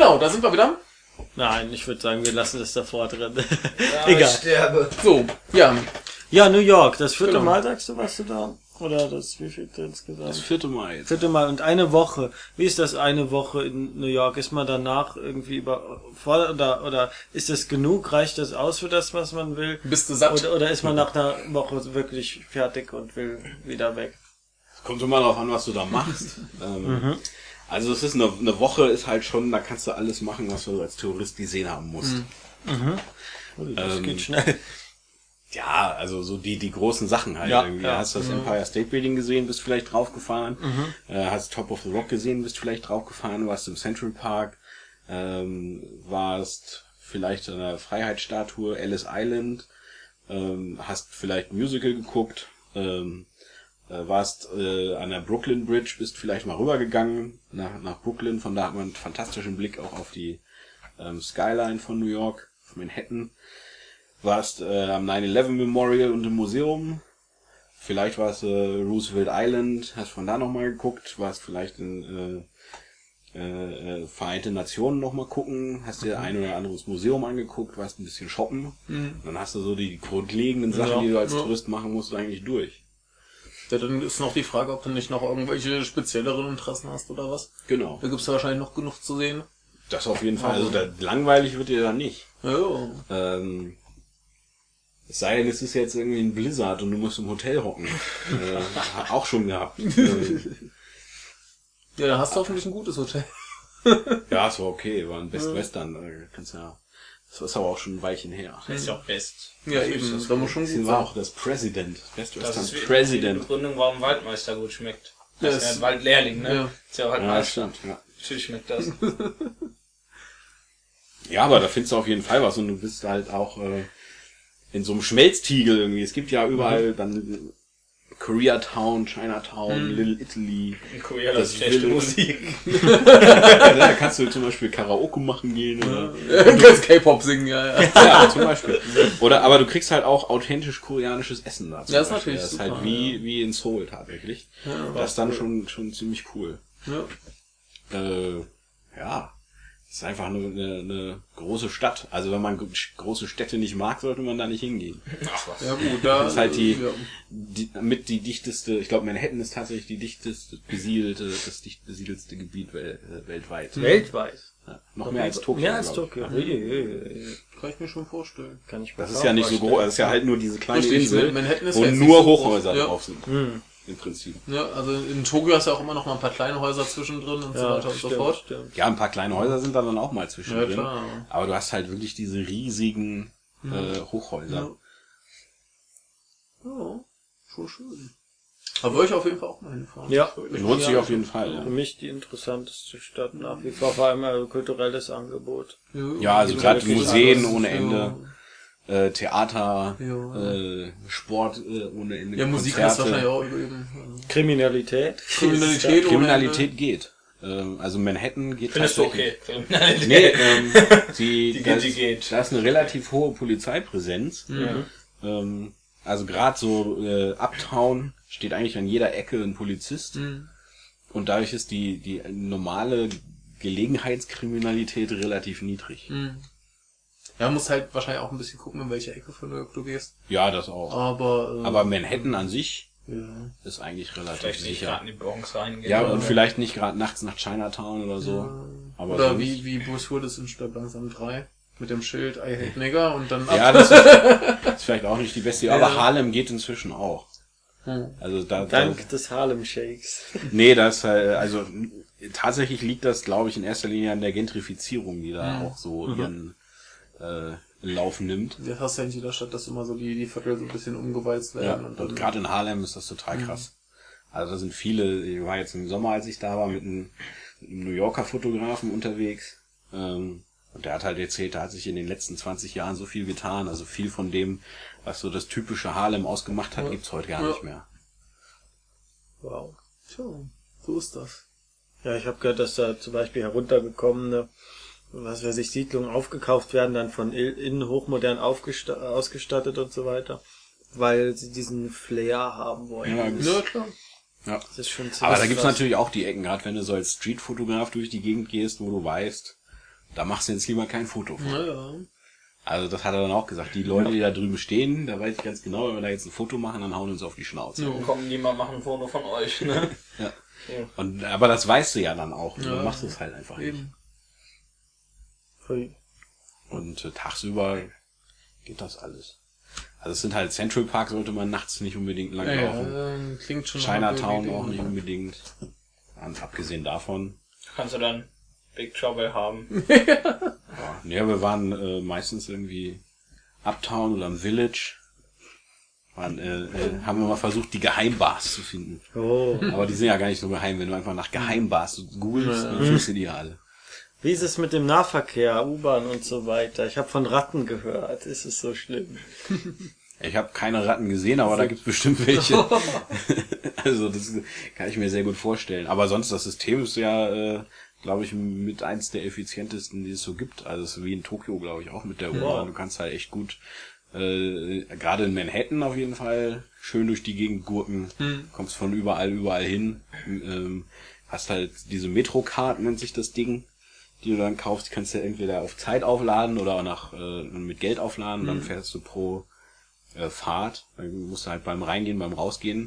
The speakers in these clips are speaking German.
Genau, da sind wir wieder. Nein, ich würde sagen, wir lassen das davor drin. Ja, Egal. Ich sterbe. So, ja. Ja, New York, das 4. Genau. Mal, sagst du, warst du da? Oder das, wie viel insgesamt? Das 4. Mal jetzt. 4. Mal und eine Woche. Wie ist das eine Woche in New York? Ist man danach irgendwie überfordert oder ist das genug? Reicht das aus für das, was man will? Bist du satt? Oder ist man nach einer Woche wirklich fertig und will wieder weg? Kommt immer darauf an, was du da machst. Also es ist eine Woche ist halt schon, da kannst du alles machen, was du als Tourist gesehen haben musst. Das geht schnell. Ja, also so die großen Sachen halt Ja, irgendwie. ja. Hast das Empire State Building gesehen, bist vielleicht draufgefahren. Hast Top of the Rock gesehen, bist vielleicht draufgefahren. Warst im Central Park. Warst vielleicht an der Freiheitsstatue, Ellis Island. Hast vielleicht ein Musical geguckt. Warst an der Brooklyn Bridge, bist vielleicht mal rübergegangen nach Brooklyn. Von da hat man einen fantastischen Blick auch auf die Skyline von New York, von Manhattan. Warst am 9/11 Memorial und im Museum. Vielleicht warst Roosevelt Island, hast von da nochmal geguckt. Warst vielleicht in Vereinte Nationen nochmal gucken. Hast dir ein oder anderes Museum angeguckt, warst ein bisschen shoppen. Dann hast du so die grundlegenden Sachen, die du als Tourist machen musst, eigentlich durch. Ja, dann ist noch die Frage, ob du nicht noch irgendwelche spezielleren Interessen hast oder was. Genau. Da gibt's ja wahrscheinlich noch genug zu sehen. Das auf jeden Fall. Also langweilig wird dir da nicht. Ja. Es sei denn, es ist jetzt irgendwie ein Blizzard und du musst im Hotel hocken. Auch schon gehabt. Ja, da hast du hoffentlich ein gutes Hotel. Ja, es war okay, war ein Best Western. Kannst ja. Das ist aber auch schon ein Weilchen her. Das ist ja auch best. Ja, eben. Das muss schon Das gut war sein. auch das President. Best Das Western ist die President. Begründung, warum Waldmeister gut schmeckt. Ja, Das ist es- ja Waldlehrling, ne? Ja. Ist ja Ja, Waldmeister. stimmt. Ja. Natürlich schmeckt das. Ja, aber da findest du auf jeden Fall was und du bist halt auch in so einem Schmelztiegel irgendwie. Es gibt ja überall dann Koreatown, Chinatown, Little Italy. In Korea, das ist schlechte Village. Musik. Da kannst du zum Beispiel Karaoke machen gehen oder Du kannst K-Pop singen, ja. ja, zum Beispiel. Aber du kriegst halt auch authentisch koreanisches Essen da. Zum Ja, ist Beispiel. natürlich Das ist super, halt wie in Seoul tatsächlich. Das ist dann schon ziemlich cool. Ja. Ja. Es ist einfach eine große Stadt. Also wenn man große Städte nicht mag, sollte man da nicht hingehen. Ach was. Ja gut, da Das ist halt ja. die dichteste, ich glaube Manhattan ist tatsächlich die dichtest besiedelte, das dicht besiedelste Gebiet weltweit. Weltweit. Ja, noch mehr als Tokio. Mehr als glaub ich. Tokio. Uiuiui. Kann ich mir schon vorstellen. Kann ich mir Das ist ja nicht so groß, das ist ja halt nur diese kleine Richtig, Insel, Manhattan ist wo ja jetzt nur nicht so groß. Hochhäuser Ja. drauf sind. Im Prinzip. Ja, also in Tokio hast du ja auch immer noch mal ein paar kleine Häuser zwischendrin und so weiter und so fort. Stimmt. Ja, ein paar kleine Häuser sind da dann auch mal zwischendrin. Ja, klar. Aber du hast halt wirklich diese riesigen Hochhäuser. Ja, schon schön. Da würde ich auf jeden Fall auch mal hinfahren. Ja. Lohnt sich auf jeden Fall. Für mich die interessanteste Stadt nach wie vor, vor allem ein kulturelles Angebot. Ja, also gerade wirklich Museen alles, ohne Ende, Theater, Ja. Sport ohne Ende. Ja, Musik Konzerte. ist wahrscheinlich auch eben. Kriminalität. Kriminalität ohne Kriminalität geht. Also Manhattan geht Findest du tatsächlich. okay? Kriminalität. Nee, Die geht. da ist eine relativ hohe Polizeipräsenz. Also gerade so Uptown steht eigentlich an jeder Ecke ein Polizist. Und dadurch ist die normale Gelegenheitskriminalität relativ niedrig. Ja, musst halt wahrscheinlich auch ein bisschen gucken, in welche Ecke von New York du gehst. Ja, das auch. Aber Aber Manhattan an sich ja. ist eigentlich relativ Vielleicht nicht sicher. gerade in die Bronx reingehen. Ja, oder? und vielleicht nicht gerade nachts nach Chinatown oder so. Aber Oder sonst- wie Bruce Willis in Stirb langsam 3 mit dem Schild I hate nigger und dann Ja, das ist vielleicht auch nicht die beste, aber Ja. Harlem geht inzwischen auch. Also Dank des Harlem Shakes. nee, das also tatsächlich liegt das, glaube ich, in erster Linie an der Gentrifizierung, die da auch so ihren Lauf nimmt. Das hast du ja in jeder Stadt, dass immer so die Viertel so ein bisschen umgewalzt Ja, werden. Und dann, und gerade in Harlem ist das total krass. Also da sind viele, ich war jetzt im Sommer, als ich da war, mit einem New Yorker Fotografen unterwegs. Und der hat halt erzählt, da hat sich in den letzten 20 Jahren so viel getan. Also viel von dem, was so das typische Harlem ausgemacht hat, gibt's heute gar nicht mehr. Wow. Tja, so ist das. Ja, ich habe gehört, dass da zum Beispiel heruntergekommene, was weiß ich, Siedlungen aufgekauft werden, dann von innen hochmodern ausgestattet und so weiter, weil sie diesen Flair haben wollen. Ja, Ja, klar. ja. Das ist schon ziemlich Aber da gibt's krass. natürlich auch die Ecken, gerade wenn du so als Streetfotograf durch die Gegend gehst, wo du weißt, Da machst du jetzt lieber kein Foto von. Naja. Also das hat er dann auch gesagt. Die Leute, die da drüben stehen, da weiß ich ganz genau, wenn wir da jetzt ein Foto machen, dann hauen uns auf die Schnauze. Dann kommen die mal, machen ein Foto von euch, ne? Ja. Ja. Aber das weißt du ja dann auch. Du Ja. machst es halt einfach nicht. Eben. Hui. Und tagsüber geht das alles. Also es sind halt Central Park, sollte man nachts nicht unbedingt langlaufen. Klingt schon nach einer Chinatown Idee. auch nicht unbedingt. Und abgesehen davon. Kannst du dann Big Trouble haben. Ja, wir waren meistens irgendwie Uptown oder im Village. Haben wir mal versucht, die Geheimbars zu finden. Oh. Aber die sind ja gar nicht so geheim. Wenn du einfach nach Geheimbars googelst, dann findest du die alle. Wie ist es mit dem Nahverkehr, U-Bahn und so weiter? Ich habe von Ratten gehört. Ist es so schlimm? Ich habe keine Ratten gesehen, aber da gibt's bestimmt welche. Also das kann ich mir sehr gut vorstellen. Aber sonst, das System ist ja, glaube ich, mit eins der effizientesten, die es so gibt. Also es ist wie in Tokio, glaube ich, auch mit der U-Bahn. Du kannst halt echt gut, gerade in Manhattan auf jeden Fall, schön durch die Gegend gurken. Kommst von überall hin. Hast halt diese Metro-Card, nennt sich das Ding, die du dann kaufst. Die kannst du entweder auf Zeit aufladen oder mit Geld aufladen. Dann fährst du pro Fahrt. Dann musst du halt beim Reingehen, beim Rausgehen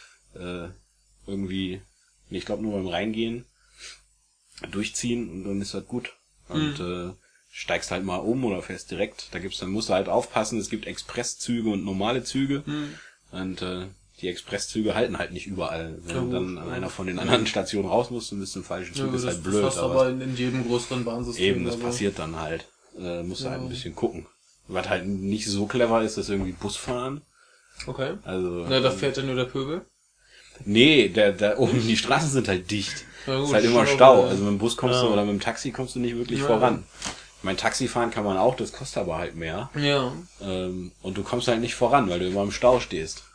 irgendwie, ich glaube nur beim Reingehen durchziehen und dann ist das gut. Und steigst halt mal um oder fährst direkt. Dann musst du halt aufpassen, es gibt Expresszüge und normale Züge. Und die Expresszüge halten halt nicht überall. Wenn du dann an einer von den anderen Stationen raus musst und bist im falschen Zug, ist halt blöd. Das hast du aber in jedem größeren Bahnsystem. Eben, das passiert dann halt. Musst du halt ein bisschen gucken. Was halt nicht so clever ist, ist irgendwie Busfahren. Okay. Also, Na, da fährt dann nur der Pöbel. nee, da oben die Straßen sind halt dicht. Ja, gut, ist halt immer schon, Stau. aber- Also mit dem Bus kommst du oder mit dem Taxi kommst du nicht wirklich voran. Mein Taxifahren kann man auch, das kostet aber halt mehr. Ja. Und du kommst halt nicht voran, weil du immer im Stau stehst.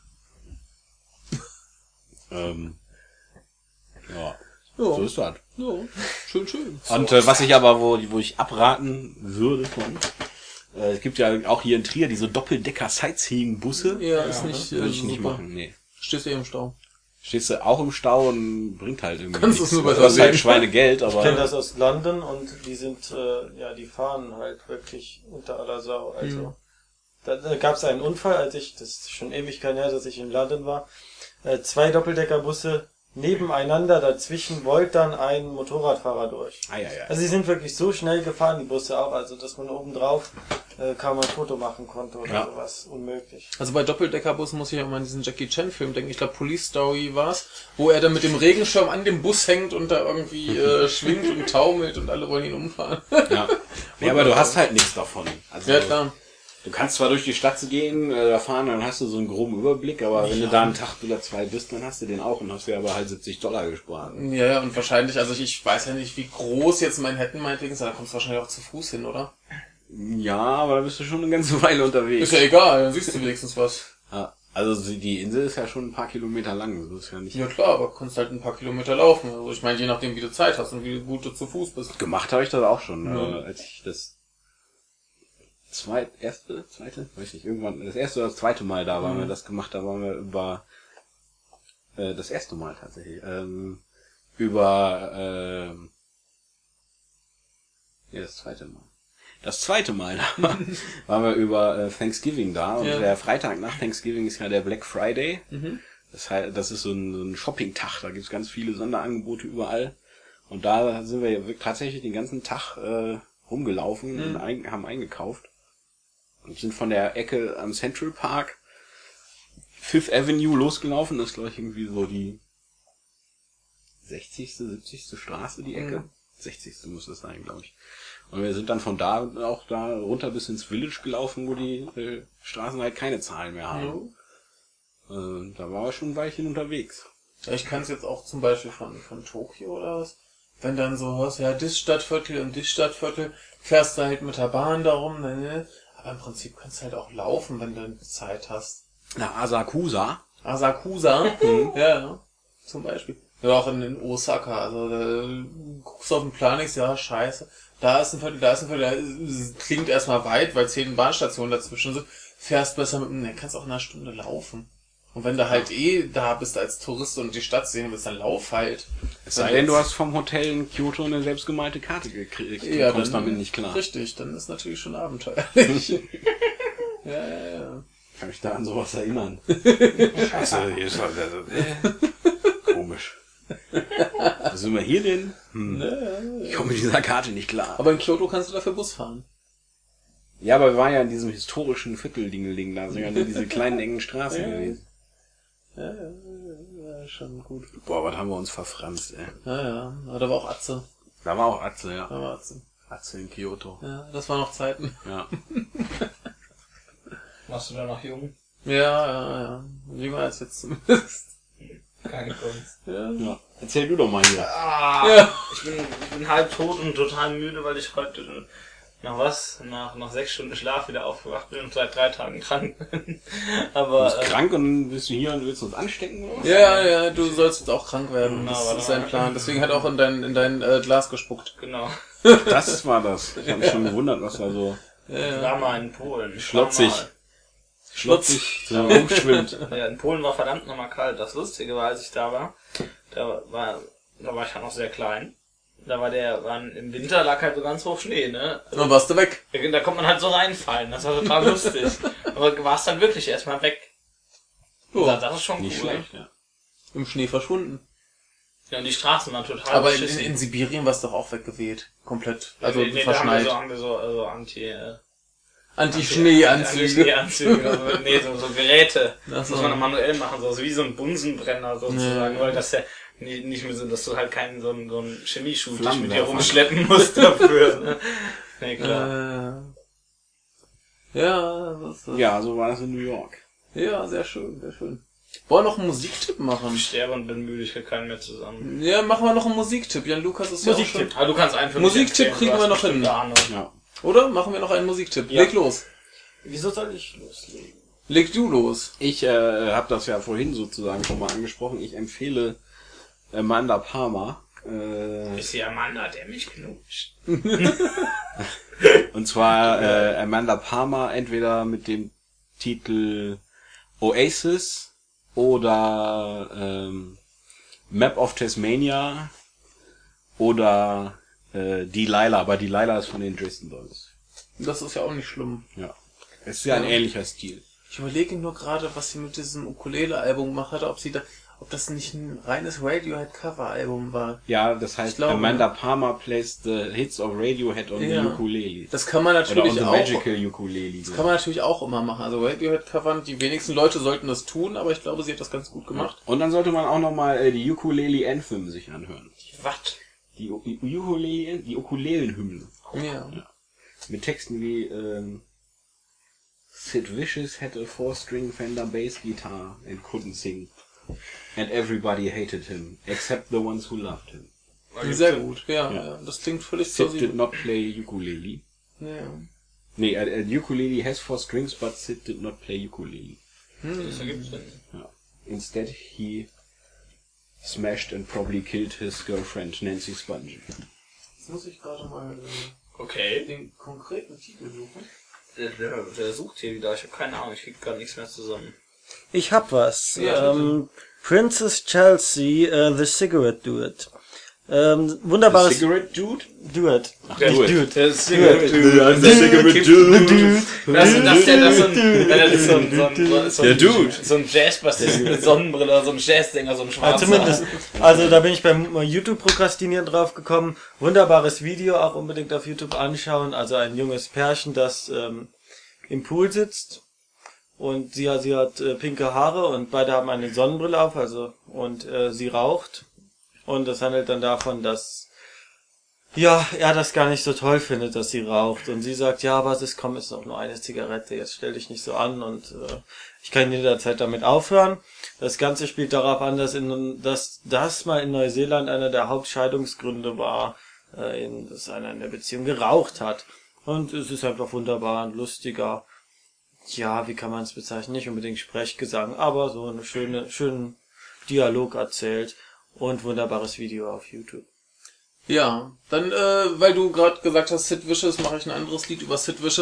Ja, so ist das. Ja. Schön. Und was ich aber, wo ich abraten würde von, es gibt ja auch hier in Trier diese Doppeldecker-Sightseeing-Busse. Ja, ist nicht, Würde ich nicht super. machen, nee. Stehst du im Stau. Stehst du auch im Stau und bringt halt irgendwie Kannst nichts. du's nur Das besser kostet halt sehen. Schweinegeld, aber... Ich kenne das aus London und die sind, die fahren halt wirklich unter aller Sau. Also da gab es einen Unfall, das ist schon Ewigkeit her, dass ich in London war. 2 Doppeldeckerbusse nebeneinander, dazwischen wollte dann ein Motorradfahrer durch. Also sie sind wirklich so schnell gefahren, die Busse auch, also dass man obendrauf kaum ein Foto machen konnte oder sowas. Unmöglich. Also bei Doppeldeckerbussen muss ich auch mal an diesen Jackie Chan Film denken. Ich glaube Police Story war's, wo er dann mit dem Regenschirm an dem Bus hängt und da irgendwie schwingt und taumelt und alle wollen ihn umfahren. Ja. Nee, aber du hast halt nichts davon. Also, Ja, klar. du kannst zwar durch die Stadt gehen, da fahren, dann hast du so einen groben Überblick, aber wenn du da einen Tag oder 2 bist, dann hast du den auch und hast dir aber halt $70 gespart. Ja, und wahrscheinlich, also ich weiß ja nicht, wie groß jetzt Manhattan meinetwegen ist, da kommst du wahrscheinlich auch zu Fuß hin, oder? Ja, aber da bist du schon eine ganze Weile unterwegs. Ist ja egal, dann siehst du wenigstens was. Ja, also die Insel ist ja schon ein paar Kilometer lang, so ist ja nicht... Ja klar, aber du kannst halt ein paar Kilometer laufen. Also ich meine, je nachdem, wie du Zeit hast und wie gut du zu Fuß bist. Gemacht habe ich das auch schon, Ja. als ich das zweite, weiß nicht, irgendwann, das erste oder das zweite Mal da waren wir das gemacht, da waren wir über, das erste Mal tatsächlich, das zweite Mal da waren wir über Thanksgiving da und der Freitag nach Thanksgiving ist ja der Black Friday. Das heißt, das ist so ein Shopping-Tag, da gibt's ganz viele Sonderangebote überall. Und da sind wir tatsächlich den ganzen Tag rumgelaufen und haben eingekauft. Und sind von der Ecke am Central Park, Fifth Avenue losgelaufen. Das ist, glaube ich, irgendwie so die 60., 70. Straße, die Ecke. 60. muss das sein, glaube ich. Und wir sind dann von da auch da runter bis ins Village gelaufen, wo die Straßen halt keine Zahlen mehr haben. Da war wir schon ein Weilchen unterwegs. Ja, ich kann es jetzt auch zum Beispiel von Tokio oder was. Wenn dann so hörst, ja, das Stadtviertel und das Stadtviertel, fährst du halt mit der Bahn darum, ne? Aber im Prinzip kannst du halt auch laufen, wenn du Zeit hast. Na, Asakusa. Asakusa, ja, zum Beispiel. Ja, auch in Osaka, also da guckst du auf den Plan, denkst, ja, scheiße, da ist ein Viertel, das klingt erstmal weit, weil 10 Bahnstationen dazwischen sind, fährst besser kannst auch in einer Stunde laufen. Und wenn du halt da bist als Tourist und die Stadt sehen willst, dann lauf halt. Es sei denn, du hast vom Hotel in Kyoto eine selbstgemalte Karte gekriegt. Ja, Du kommst dann, damit nicht klar. Richtig, dann ist natürlich schon abenteuerlich. ja. Kann mich da an sowas erinnern. Scheiße, hier ist komisch. Wo sind wir hier denn? Ich komme mit dieser Karte nicht klar. Aber in Kyoto kannst du dafür Bus fahren. Ja, aber wir waren ja in diesem historischen Vierteldingeling, da sind ja nur diese kleinen engen Straßen gewesen. Ja, schon gut. Boah, was haben wir uns verfranst, ey. Ja, aber da war auch Atze. Da war auch Atze, ja. Da war Atze. Atze in Kyoto. Ja, das waren noch Zeiten. Ja. Warst du da noch jung? Ja. Jünger als jetzt zumindest. Keine Kunst. Ja. Erzähl du doch mal hier. Ja. Ich bin halb tot und total müde, weil ich heute nach 6 Stunden Schlaf wieder aufgewacht bin und seit 3 Tagen krank bin. Du Aber bist krank und bist du hier und willst uns anstecken, oder? Ja, du sollst jetzt auch krank werden. Na, Das warte ist sein mal. Plan. Deswegen hat er auch in dein Glas gespuckt. genau. Das war das. Ich habe mich schon gewundert, was da so Ich war mal in Polen. schlotzig so rumschwimmt. Ja, in Polen war verdammt nochmal kalt. Das Lustige war, als ich da war, da war ich halt noch sehr klein. Im Winter lag halt so ganz hoch Schnee, ne? Also, Dann warst du weg. da kommt man halt so reinfallen. Das war total lustig. Aber du warst dann wirklich erstmal weg. Das ist schon Nicht cool. schlecht, ja. Im Schnee verschwunden. Ja, und die Straßen waren total Aber beschissen. in Sibirien war es doch auch weggeweht. Komplett. Also da verschneit. haben wir so Anti-Schnee-Anzüge. Anti-Schnee-Anzüge, also, so Geräte. Ach Das so. muss man manuell machen, so wie so ein Bunsenbrenner sozusagen, weil das ja nicht mehr so, dass du halt keinen so einen Chemieschuh dich mit dir Flammenwerfer. rumschleppen musst dafür. Ne? Nee, klar. Ja, so war das in New York. Ja, sehr schön, sehr schön. Wollen wir noch einen Musiktipp machen? Ich sterbe und bin müde, ich krieg keinen mehr zusammen. Ja, machen wir noch einen Musiktipp. Jan Lukas ist ja auch schon... Aber du kannst einen für mich Musiktipp empfehlen, kriegen du wir hast noch hin. bestimmte Ahnung. Ja. Oder? Machen wir noch einen Musiktipp. Ja. Leg los. Wieso soll ich loslegen? Leg du los. Ich habe das ja vorhin sozusagen schon mal angesprochen. Ich empfehle Amanda Palmer. Ist die Amanda, der mich knutscht. Und zwar Amanda Palmer entweder mit dem Titel Oasis oder Map of Tasmania oder Delilah, aber Delilah ist von den Dresden Dolls. Das ist ja auch nicht schlimm. Ja. Es ist ja ein ähnlicher Stil. Ich überlege nur gerade, was sie mit diesem Ukulele-Album gemacht hat, ob das nicht ein reines Radiohead-Cover-Album war. Ja, das heißt Ich glaube, Amanda Palmer plays the hits of Radiohead on the ukulele. Das kann man Oder on natürlich the auch. magical ukulele. Das kann man natürlich auch immer machen. Also Radiohead-Covern, die wenigsten Leute sollten das tun, aber ich glaube, sie hat das ganz gut gemacht. Und dann sollte man auch nochmal die Ukulele Anthem sich anhören. Was? Die Ukulele, die Ukulelenhymne. Ja. Mit Texten wie Sid Vicious had a 4-string Fender bass guitar and couldn't sing. And everybody hated him, except the ones who loved him. Sehr gut. Ja. Das klingt völlig Sid did plausibel. not play ukulele. Ja. Nee, ukulele has 4 strings, but Sid did not play ukulele. Das ergibt Sinn. Ja. Instead, he smashed and probably killed his girlfriend Nancy Spungen. Jetzt muss ich gerade mal Okay. den konkreten Titel suchen. Der sucht hier wieder, ich habe keine Ahnung, ich krieg gerade nichts mehr zusammen. Ich hab was. Ja, Princess Chelsea, The Cigarette Duet. Wunderbares Cigarette Dude? Duet. Do it. Dude. Der Cigarette Dude. Cigarette Dude. Das ist so Der Dude. So ein Jazzbassist mit Sonnenbrille, so ein Jazzsänger, so ein Ja, schwarzer. zumindest. Also da bin ich beim YouTube-Prokrastinieren drauf gekommen. Wunderbares Video, auch unbedingt auf YouTube anschauen. Also ein junges Pärchen, das im Pool sitzt. Und sie hat pinke Haare und beide haben eine Sonnenbrille auf, und sie raucht. Und das handelt dann davon, dass er das gar nicht so toll findet, dass sie raucht. Und sie sagt, ja, aber es ist noch nur eine Zigarette, jetzt stell dich nicht so an und ich kann jederzeit damit aufhören. Das Ganze spielt darauf an, dass das mal in Neuseeland einer der Hauptscheidungsgründe war, dass einer in der Beziehung geraucht hat. Und es ist einfach wunderbar und lustiger. Ja, wie kann man es bezeichnen? Nicht unbedingt Sprechgesang, aber so eine schönen Dialog erzählt. Und wunderbares Video auf YouTube. Ja, dann, weil du gerade gesagt hast, Sid Vicious, mache ich ein anderes Lied über Sid Vicious.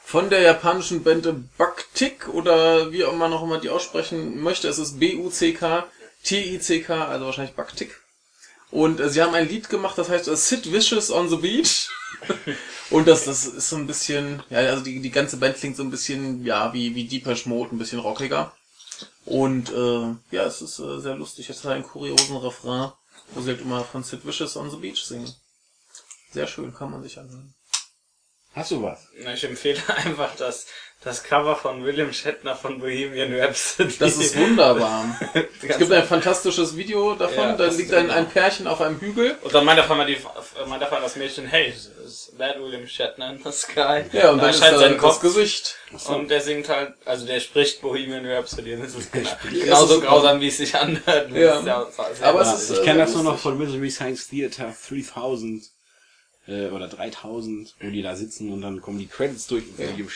von der japanischen Band Buck-Tick oder wie auch man noch immer die aussprechen möchte. Es ist B-U-C-K-T-I-C-K, also wahrscheinlich Buck-Tick. Und sie haben ein Lied gemacht, das heißt Sid Vicious on the Beach. Und das ist so ein bisschen, ja, also die ganze Band klingt so ein bisschen, ja, wie Depeche Mode, ein bisschen rockiger. Und ja, es ist sehr lustig. Es hat einen kuriosen Refrain, wo sie halt immer von Sid Vicious on the Beach singen. Sehr schön, kann man sich anhören. Hast du was? Ich empfehle einfach das Cover von William Shatner von Bohemian Rhapsody. Das ist wunderbar. Es gibt ein fantastisches Video davon, Ja, da das liegt ist ein Pärchen auf einem Hügel. Und dann meint auf einmal das Mädchen, hey, is that William Shatner in the sky? Ja, und dann ist erscheint da sein das Kopf Gesicht. und der singt halt, also der spricht Bohemian Rhapsody und das ist Es genauso ist- grausam, wie es sich anhört. Ja. Das ist Aber sehr- es ist, Ich kenne das nur lustig. noch von Misery Science Theater 3000 oder 3000, wo die da sitzen und dann kommen die Credits durch. William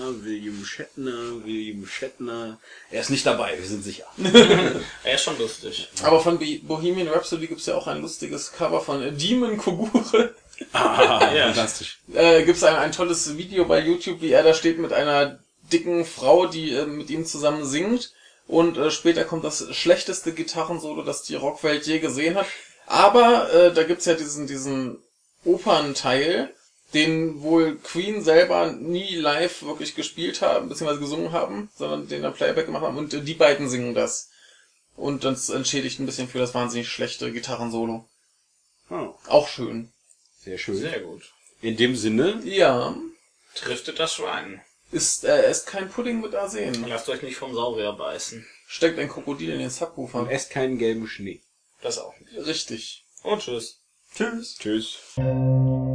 Shatner. Er ist nicht dabei, wir sind sicher. er ist schon lustig. Aber von Bohemian Rhapsody gibt's ja auch ein lustiges Cover von Demon Kogure. Ja. Fantastisch. Gibt's ein tolles Video bei YouTube, wie er da steht mit einer dicken Frau, die mit ihm zusammen singt. Und später kommt das schlechteste Gitarrensolo, das die Rockwelt je gesehen hat. Aber da gibt's ja diesen Opernteil, den wohl Queen selber nie live wirklich gespielt haben, beziehungsweise gesungen haben, sondern den dann Playback gemacht haben. Und die beiden singen das. Und das entschädigt ein bisschen für das wahnsinnig schlechte Gitarrensolo. Oh, Auch schön. sehr schön. Sehr gut. In dem Sinne, Ja, Triftet das Schwein. ist kein Pudding mit Arsen. Lasst euch nicht vom Saurier beißen. Steckt ein Krokodil in den Subwoofer. und esst keinen gelben Schnee. Das auch nicht. Richtig. Und tschüss. Tschüss. Tschüss.